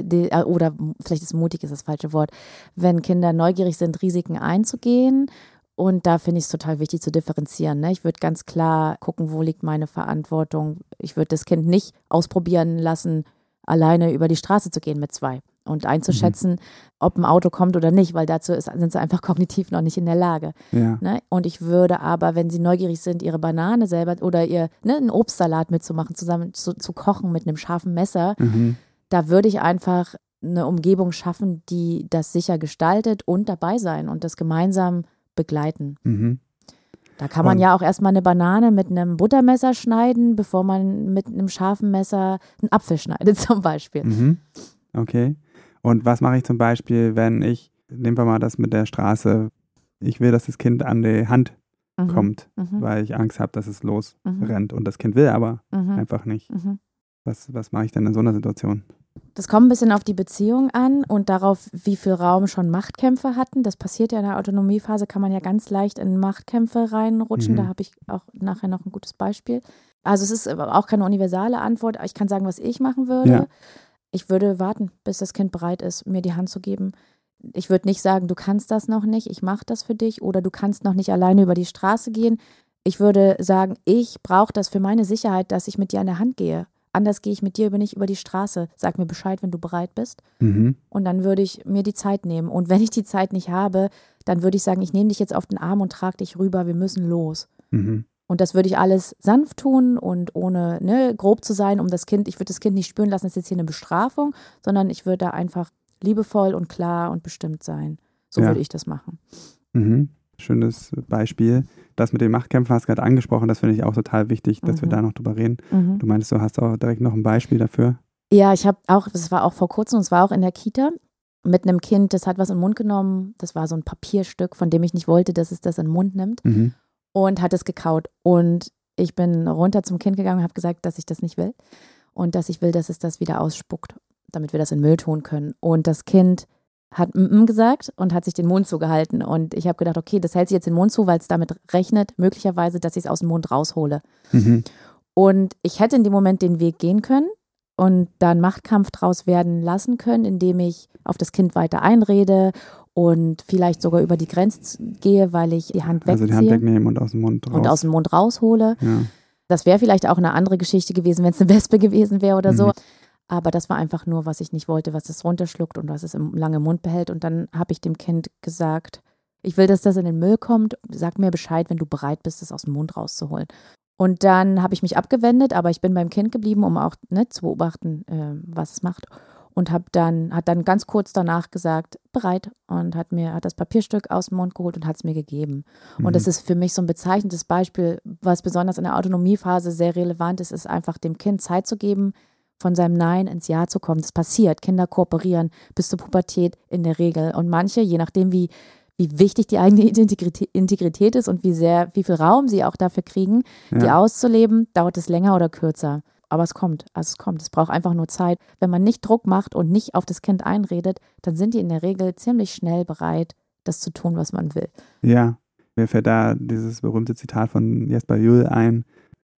oder vielleicht ist mutig ist das falsche Wort, wenn Kinder neugierig sind, Risiken einzugehen. Und da finde ich es total wichtig zu differenzieren. Ne? Ich würde ganz klar gucken, wo liegt meine Verantwortung. Ich würde das Kind nicht ausprobieren lassen, alleine über die Straße zu gehen mit zwei und einzuschätzen, mhm. ob ein Auto kommt oder nicht, weil dazu ist, sind sie einfach kognitiv noch nicht in der Lage. Ja. Ne? Und ich würde aber, wenn sie neugierig sind, ihre Banane selber oder ihr ne, einen Obstsalat mitzumachen, zusammen zu, zu kochen mit einem scharfen Messer, Mhm. da würde ich einfach eine Umgebung schaffen, die das sicher gestaltet und dabei sein und das gemeinsam begleiten. Mhm. Da kann man Und- ja auch erstmal eine Banane mit einem Buttermesser schneiden, bevor man mit einem scharfen Messer einen Apfel schneidet zum Beispiel. Mhm. Okay. Und was mache ich zum Beispiel, wenn ich, nehmen wir mal das mit der Straße, ich will, dass das Kind an die Hand Mhm. kommt, Mhm. weil ich Angst habe, dass es losrennt Mhm. und das Kind will aber Mhm. einfach nicht. Mhm. Was, was mache ich denn in so einer Situation? Das kommt ein bisschen auf die Beziehung an und darauf, wie viel Raum schon Machtkämpfe hatten. Das passiert ja in der Autonomiephase, kann man ja ganz leicht in Machtkämpfe reinrutschen. Mhm. Da habe ich auch nachher noch ein gutes Beispiel. Also es ist aber auch keine universale Antwort. Ich kann sagen, was ich machen würde. Ja. Ich würde warten, bis das Kind bereit ist, mir die Hand zu geben. Ich würde nicht sagen, du kannst das noch nicht, ich mache das für dich oder du kannst noch nicht alleine über die Straße gehen. Ich würde sagen, ich brauche das für meine Sicherheit, dass ich mit dir an der Hand gehe. Anders gehe ich mit dir über nicht über die Straße. Sag mir Bescheid, wenn du bereit bist. Mhm. Und dann würde ich mir die Zeit nehmen. Und wenn ich die Zeit nicht habe, dann würde ich sagen, ich nehme dich jetzt auf den Arm und trage dich rüber, wir müssen los. Mhm. Und das würde ich alles sanft tun und ohne ne, grob zu sein, um das Kind, ich würde das Kind nicht spüren lassen, das ist jetzt hier eine Bestrafung, sondern ich würde da einfach liebevoll und klar und bestimmt sein. So Ja. würde ich das machen. Mhm. Schönes Beispiel. Das mit den Machtkämpfen hast du gerade angesprochen, das finde ich auch total wichtig, dass Mhm. wir da noch drüber reden. Mhm. Du meinst, du hast auch direkt noch ein Beispiel dafür? Ja, ich habe auch, das war auch vor kurzem, es war auch in der Kita, mit einem Kind, das hat was in den Mund genommen, das war so ein Papierstück, von dem ich nicht wollte, dass es das in den Mund nimmt. Mhm. Und hat es gekaut. Und ich bin runter zum Kind gegangen und habe gesagt, dass ich das nicht will und dass ich will, dass es das wieder ausspuckt, damit wir das in Müll tun können. Und das Kind hat mm gesagt und hat sich den Mund zugehalten. Und ich habe gedacht, okay, das hält sich jetzt den Mund zu, weil es damit rechnet, möglicherweise, dass ich es aus dem Mund raushole. Mhm. Und ich hätte in dem Moment den Weg gehen können und dann Machtkampf draus werden lassen können, indem ich auf das Kind weiter einrede und vielleicht sogar über die Grenze gehe, weil ich die Hand Also wegziehe die Hand wegnehmen und aus dem Mund raus. und aus dem Mund raushole. Ja. Das wäre vielleicht auch eine andere Geschichte gewesen, wenn es eine Wespe gewesen wäre oder so. Mhm. Aber das war einfach nur, was ich nicht wollte, was es runterschluckt und was es im lange Mund behält. Und dann habe ich dem Kind gesagt, ich will, dass das in den Müll kommt. Sag mir Bescheid, wenn du bereit bist, das aus dem Mund rauszuholen. Und dann habe ich mich abgewendet, aber ich bin beim Kind geblieben, um auch ne, zu beobachten, äh, was es macht. Und hab dann, hat dann ganz kurz danach gesagt, bereit, und hat mir hat das Papierstück aus dem Mund geholt und hat es mir gegeben. Mhm. Und das ist für mich so ein bezeichnendes Beispiel, was besonders in der Autonomiephase sehr relevant ist, ist einfach dem Kind Zeit zu geben, von seinem Nein ins Ja zu kommen. Das passiert. Kinder kooperieren bis zur Pubertät in der Regel. Und manche, je nachdem, wie, wie wichtig die eigene Integrität, Integrität ist und wie sehr, wie viel Raum sie auch dafür kriegen, Ja. die auszuleben, dauert es länger oder kürzer. Aber es kommt, also es kommt. Es braucht einfach nur Zeit. Wenn man nicht Druck macht und nicht auf das Kind einredet, dann sind die in der Regel ziemlich schnell bereit, das zu tun, was man will. Ja, mir fällt da dieses berühmte Zitat von Jesper Juhl ein.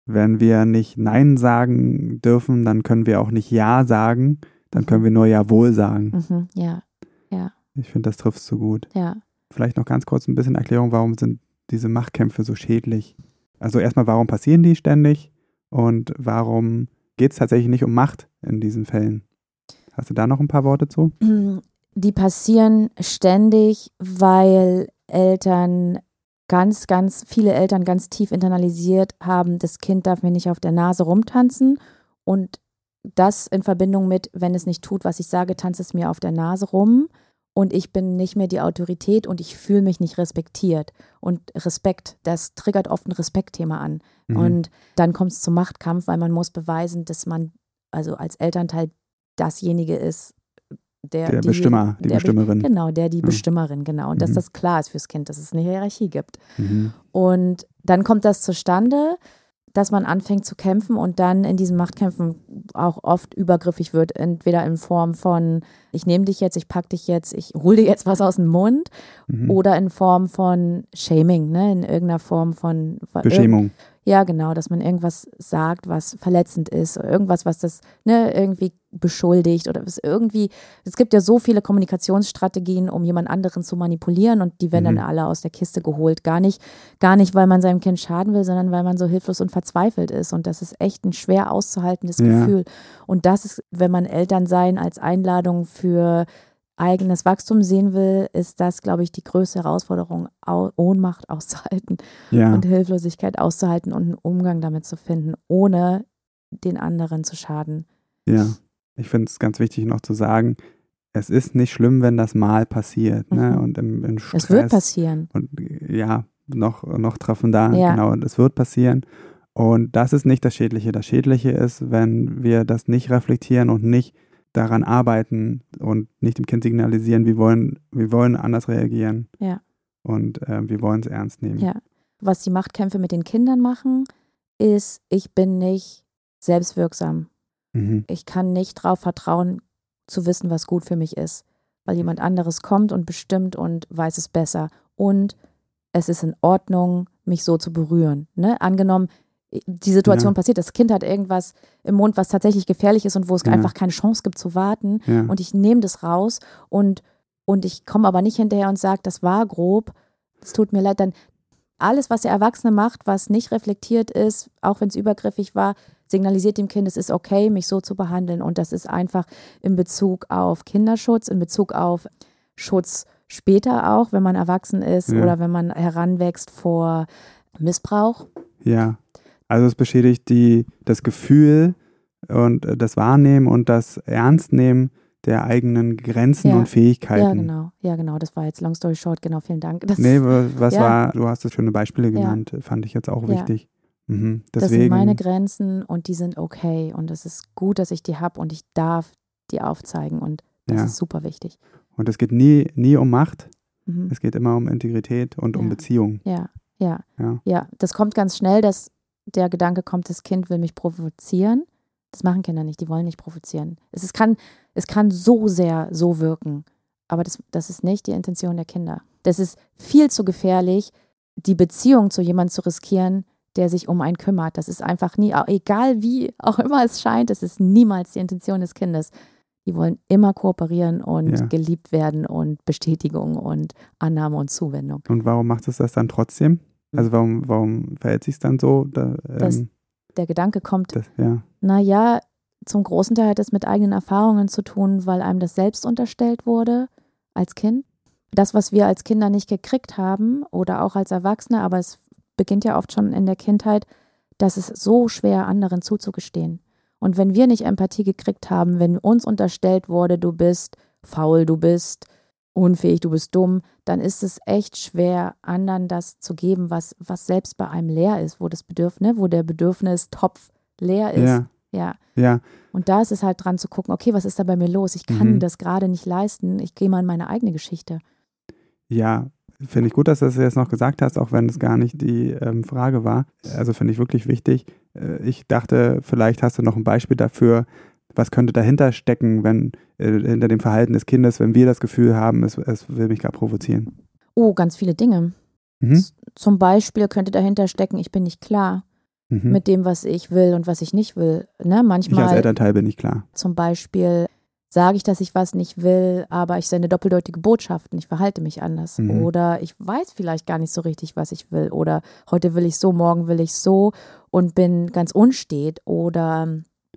wenn wir nicht Nein sagen dürfen, dann können wir auch nicht Ja sagen, dann können wir nur Jawohl sagen. Mhm. Ja, ja. Ich finde, das trifft so gut. Ja. Vielleicht noch ganz kurz ein bisschen Erklärung, warum sind diese Machtkämpfe so schädlich? Also erstmal, warum passieren die ständig und warum geht es tatsächlich nicht um Macht in diesen Fällen? Hast du da noch ein paar Worte zu? Die passieren ständig, weil Eltern ganz, ganz, viele Eltern ganz tief internalisiert haben, das Kind darf mir nicht auf der Nase rumtanzen und das in Verbindung mit, wenn es nicht tut, was ich sage, tanzt es mir auf der Nase rum und ich bin nicht mehr die Autorität und ich fühle mich nicht respektiert. Und Respekt, das triggert oft ein Respektthema an. Mhm. Und dann kommt es zum Machtkampf, weil man muss beweisen, dass man also als Elternteil dasjenige ist, der, der die, Bestimmer, die der, Bestimmerin. Genau, der die ja. Bestimmerin, genau. Und mhm. dass das klar ist fürs Kind, dass es eine Hierarchie gibt. Mhm. Und dann kommt das zustande, dass man anfängt zu kämpfen und dann in diesen Machtkämpfen auch oft übergriffig wird, entweder in Form von, ich nehme dich jetzt, ich pack dich jetzt, ich hole dir jetzt was aus dem Mund mhm. oder in Form von Shaming, ne, in irgendeiner Form von Beschämung. Ja, genau, dass man irgendwas sagt, was verletzend ist, oder irgendwas, was das ne, irgendwie beschuldigt oder was irgendwie, es gibt ja so viele Kommunikationsstrategien, um jemand anderen zu manipulieren und die werden mhm. dann alle aus der Kiste geholt. Gar nicht, gar nicht, weil man seinem Kind schaden will, sondern weil man so hilflos und verzweifelt ist und das ist echt ein schwer auszuhaltendes ja. Gefühl. Und das ist, wenn man Elternsein als Einladung für eigenes Wachstum sehen will, ist das, glaube ich, die größte Herausforderung, Ohnmacht auszuhalten ja. und Hilflosigkeit auszuhalten und einen Umgang damit zu finden, ohne den anderen zu schaden. Ja, ich finde es ganz wichtig noch zu sagen, es ist nicht schlimm, wenn das mal passiert. Mhm. Ne? Und im, im Stress. Es wird passieren. Und ja, noch, noch treffender, ja. genau, es wird passieren. Und das ist nicht das Schädliche. Das Schädliche ist, wenn wir das nicht reflektieren und nicht daran arbeiten und nicht dem Kind signalisieren, wir wollen, wir wollen anders reagieren. Ja. Und äh, wir wollen es ernst nehmen. Ja. Was die Machtkämpfe mit den Kindern machen, ist, ich bin nicht selbstwirksam. Mhm. Ich kann nicht darauf vertrauen, zu wissen, was gut für mich ist, weil jemand anderes kommt und bestimmt und weiß es besser. Und es ist in Ordnung, mich so zu berühren. Ne? Angenommen, die Situation ja. passiert, das Kind hat irgendwas im Mund, was tatsächlich gefährlich ist und wo es ja. einfach keine Chance gibt zu warten ja. und ich nehme das raus und, und ich komme aber nicht hinterher und sage, das war grob, es tut mir leid, dann alles, was der Erwachsene macht, was nicht reflektiert ist, auch wenn es übergriffig war, signalisiert dem Kind, es ist okay, mich so zu behandeln und das ist einfach in Bezug auf Kinderschutz, in Bezug auf Schutz später auch, wenn man erwachsen ist ja. oder wenn man heranwächst vor Missbrauch. Ja. Also es beschädigt die, das Gefühl und das Wahrnehmen und das Ernstnehmen der eigenen Grenzen ja. und Fähigkeiten. Ja, genau. Ja, genau. Das war jetzt long story short. Genau, vielen Dank. Das, nee, was ja. war, du hast das schöne Beispiele genannt, ja. fand ich jetzt auch wichtig. Ja. Mhm. Deswegen, das sind meine Grenzen und die sind okay und es ist gut, dass ich die habe und ich darf die aufzeigen und das ja. ist super wichtig. Und es geht nie, nie um Macht, mhm. es geht immer um Integrität und ja. um Beziehung. Ja, ja, ja, ja. Das kommt ganz schnell, dass der Gedanke kommt, das Kind will mich provozieren. Das machen Kinder nicht, die wollen nicht provozieren. Es, ist, kann, es kann so sehr so wirken, aber das, das ist nicht die Intention der Kinder. Das ist viel zu gefährlich, die Beziehung zu jemandem zu riskieren, der sich um einen kümmert. Das ist einfach nie, egal wie auch immer es scheint, das ist niemals die Intention des Kindes. Die wollen immer kooperieren und ja. geliebt werden und Bestätigung und Annahme und Zuwendung. Und warum macht es das dann trotzdem? Also warum, warum verhält sich es dann so? Da, ähm, das, der Gedanke kommt, das, ja. naja, zum großen Teil hat es mit eigenen Erfahrungen zu tun, weil einem das selbst unterstellt wurde als Kind. Das, was wir als Kinder nicht gekriegt haben oder auch als Erwachsene, aber es beginnt ja oft schon in der Kindheit, dass es so schwer anderen zuzugestehen. Und wenn wir nicht Empathie gekriegt haben, wenn uns unterstellt wurde, du bist faul, du bist unfähig, du bist dumm, dann ist es echt schwer, anderen das zu geben, was, was selbst bei einem leer ist, wo das Bedürfnis, wo der Bedürfnistopf leer ist. Ja. Ja. ja. Und da ist es halt dran zu gucken, okay, was ist da bei mir los? Ich kann mhm. das gerade nicht leisten, ich gehe mal in meine eigene Geschichte. Ja, finde ich gut, dass du das jetzt noch gesagt hast, auch wenn es gar nicht die ähm, Frage war. Also finde ich wirklich wichtig. Äh, ich dachte, vielleicht hast du noch ein Beispiel dafür, was könnte dahinter stecken, wenn äh, hinter dem Verhalten des Kindes, wenn wir das Gefühl haben, es, es will mich gerade provozieren? Oh, ganz viele Dinge. Mhm. Zum Beispiel könnte dahinter stecken, ich bin nicht klar. mhm. mit dem, was ich will und was ich nicht will. Ne? Manchmal, ich als Elternteil bin nicht klar. Zum Beispiel sage ich, dass ich was nicht will, aber ich sende doppeldeutige Botschaften, ich verhalte mich anders. Mhm. Oder ich weiß vielleicht gar nicht so richtig, was ich will. Oder heute will ich so, morgen will ich so und bin ganz unstet. Oder,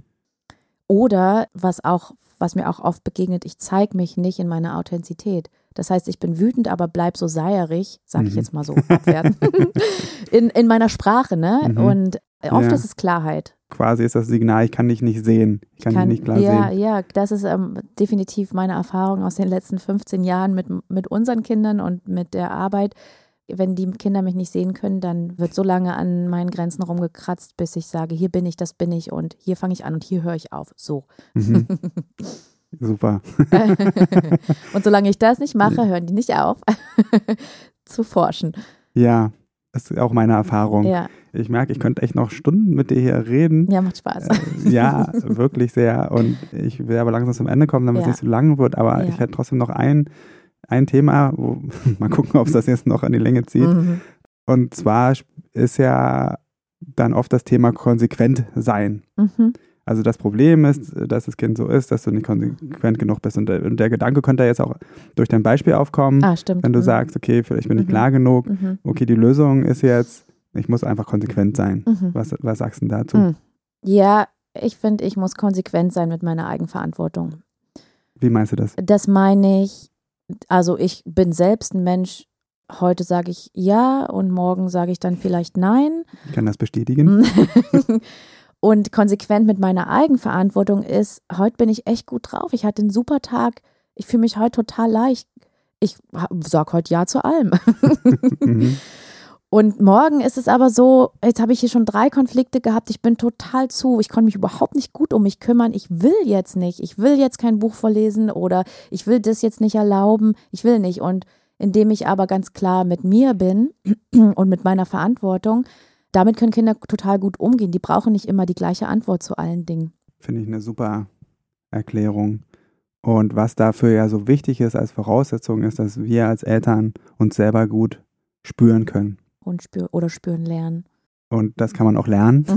oder was auch, was mir auch oft begegnet, ich zeige mich nicht in meiner Authentizität. Das heißt, ich bin wütend, aber bleib so seierig, sage mhm. ich jetzt mal so abwertend, in, in meiner Sprache. Ne? Mhm. Und oft ja. ist es Klarheit. Quasi ist das Signal, ich kann dich nicht sehen. Ich kann, kann dich nicht klar ja, sehen. Ja, das ist ähm, definitiv meine Erfahrung aus den letzten fünfzehn Jahren mit, mit unseren Kindern und mit der Arbeit. Wenn die Kinder mich nicht sehen können, dann wird so lange an meinen Grenzen rumgekratzt, bis ich sage, hier bin ich, das bin ich und hier fange ich an und hier höre ich auf. So. Mhm. Super. Und solange ich das nicht mache, hören die nicht auf zu forschen. Ja, das ist auch meine Erfahrung. Ja. Ich merke, ich könnte echt noch Stunden mit dir hier reden. Ja, macht Spaß. Äh, ja, wirklich sehr. Und ich will aber langsam zum Ende kommen, damit es ja. nicht so lang wird. Aber ja. ich hätte trotzdem noch ein, ein Thema, wo, mal gucken, ob es das jetzt noch an die Länge zieht. Mhm. Und zwar ist ja dann oft das Thema konsequent sein. Mhm. Also das Problem ist, dass das Kind so ist, dass du nicht konsequent genug bist. Und der, und der Gedanke könnte jetzt auch durch dein Beispiel aufkommen, ah, stimmt. wenn du mhm. sagst, okay, vielleicht bin ich mhm. klar genug. Mhm. Okay, die Lösung ist jetzt, ich muss einfach konsequent sein. Mhm. Was, was sagst du dazu? Mhm. Ja, ich finde, ich muss konsequent sein mit meiner Eigenverantwortung. Wie meinst du das? Das meine ich, also ich bin selbst ein Mensch, heute sage ich ja und morgen sage ich dann vielleicht nein. Ich kann das bestätigen. Und konsequent mit meiner Eigenverantwortung ist, heute bin ich echt gut drauf. Ich hatte einen super Tag. Ich fühle mich heute total leicht. Ich sage heute ja zu allem. mhm. Und morgen ist es aber so, jetzt habe ich hier schon drei Konflikte gehabt. Ich bin total zu. Ich konnte mich überhaupt nicht gut um mich kümmern. Ich will jetzt nicht. Ich will jetzt kein Buch vorlesen oder ich will das jetzt nicht erlauben. Ich will nicht. Und indem ich aber ganz klar mit mir bin und mit meiner Verantwortung, damit können Kinder total gut umgehen. Die brauchen nicht immer die gleiche Antwort zu allen Dingen. Finde ich eine super Erklärung. Und was dafür ja so wichtig ist als Voraussetzung, ist, dass wir als Eltern uns selber gut spüren können. Und spür oder spüren lernen. Und das kann man auch lernen.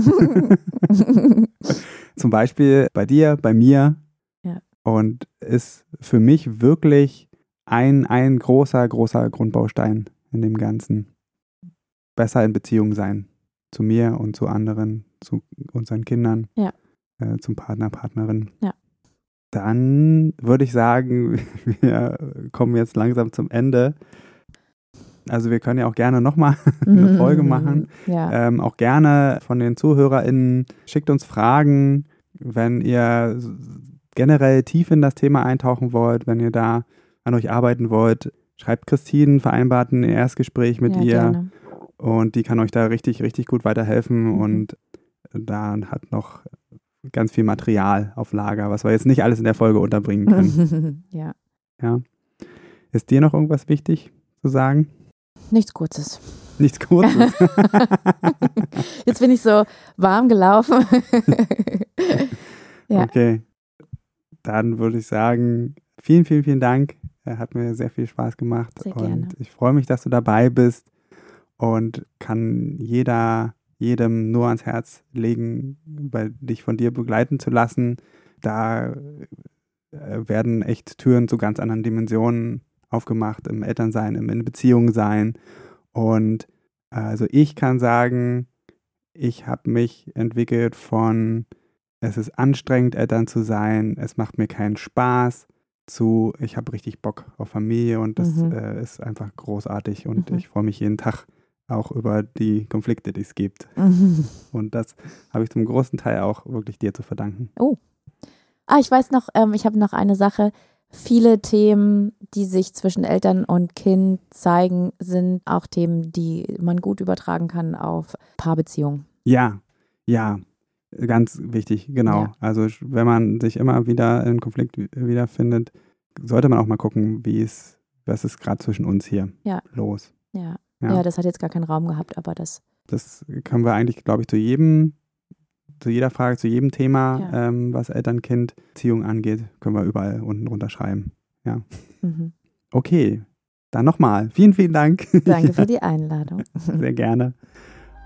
Zum Beispiel bei dir, bei mir. Ja. Und ist für mich wirklich ein, ein großer, großer Grundbaustein in dem Ganzen. Besser in Beziehung sein. Zu mir und zu anderen, zu unseren Kindern, ja. äh, zum Partner, Partnerin. Ja. Dann würde ich sagen, wir kommen jetzt langsam zum Ende. Also wir können ja auch gerne nochmal eine Folge machen. Ja. Ähm, auch gerne von den ZuhörerInnen, schickt uns Fragen, wenn ihr generell tief in das Thema eintauchen wollt, wenn ihr da an euch arbeiten wollt. Schreibt Christine, vereinbart ein Erstgespräch mit ja, ihr. Gerne. Und die kann euch da richtig, richtig gut weiterhelfen mhm. und da hat noch ganz viel Material auf Lager, was wir jetzt nicht alles in der Folge unterbringen können. ja. ja. Ist dir noch irgendwas wichtig zu sagen? Nichts Kurzes. Nichts Kurzes? Jetzt bin ich so warm gelaufen. ja. Okay. Dann würde ich sagen, vielen, vielen, vielen Dank. Hat mir sehr viel Spaß gemacht. Sehr und gerne. Ich freue mich, dass du dabei bist. Und kann jeder, jedem nur ans Herz legen, bei, dich von dir begleiten zu lassen. Da äh, werden echt Türen zu ganz anderen Dimensionen aufgemacht, im Elternsein, im in Beziehung sein. Und also ich kann sagen, ich habe mich entwickelt von, es ist anstrengend, Eltern zu sein, es macht mir keinen Spaß, zu, ich habe richtig Bock auf Familie und das mhm. äh, ist einfach großartig und mhm. ich freue mich jeden Tag auch über die Konflikte, die es gibt. Mhm. Und das habe ich zum großen Teil auch wirklich dir zu verdanken. Oh. Ah, ich weiß noch, ähm, ich habe noch eine Sache. Viele Themen, die sich zwischen Eltern und Kind zeigen, sind auch Themen, die man gut übertragen kann auf Paarbeziehungen. Ja, ja, ganz wichtig, genau. Ja. Also wenn man sich immer wieder in Konflikt wiederfindet, sollte man auch mal gucken, wie es, was ist gerade zwischen uns hier ja. los. Ja. Ja. ja, das hat jetzt gar keinen Raum gehabt, aber das... Das können wir eigentlich, glaube ich, zu jedem, zu jeder Frage, zu jedem Thema, ja. ähm, was Eltern-Kind-Beziehung angeht, können wir überall unten drunter schreiben. Ja. Mhm. Okay, dann nochmal. Vielen, vielen Dank. Danke für die Einladung. Sehr gerne.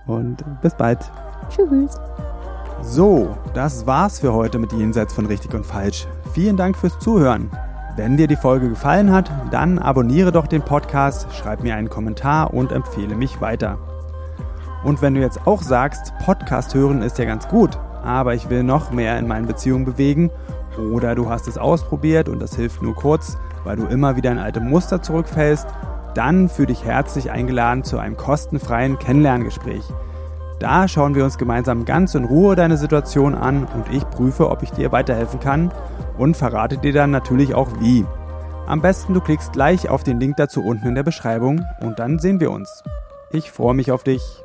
und bis bald. Tschüss. So, das war's für heute mit Jenseits von Richtig und Falsch. Vielen Dank fürs Zuhören. Wenn dir die Folge gefallen hat, dann abonniere doch den Podcast, schreib mir einen Kommentar und empfehle mich weiter. Und wenn du jetzt auch sagst, Podcast hören ist ja ganz gut, aber ich will noch mehr in meinen Beziehungen bewegen, oder du hast es ausprobiert und das hilft nur kurz, weil du immer wieder in alte Muster zurückfällst, dann fühle dich herzlich eingeladen zu einem kostenfreien Kennenlerngespräch. Da schauen wir uns gemeinsam ganz in Ruhe deine Situation an und ich prüfe, ob ich dir weiterhelfen kann und verrate dir dann natürlich auch wie. Am besten du klickst gleich auf den Link dazu unten in der Beschreibung und dann sehen wir uns. Ich freue mich auf dich.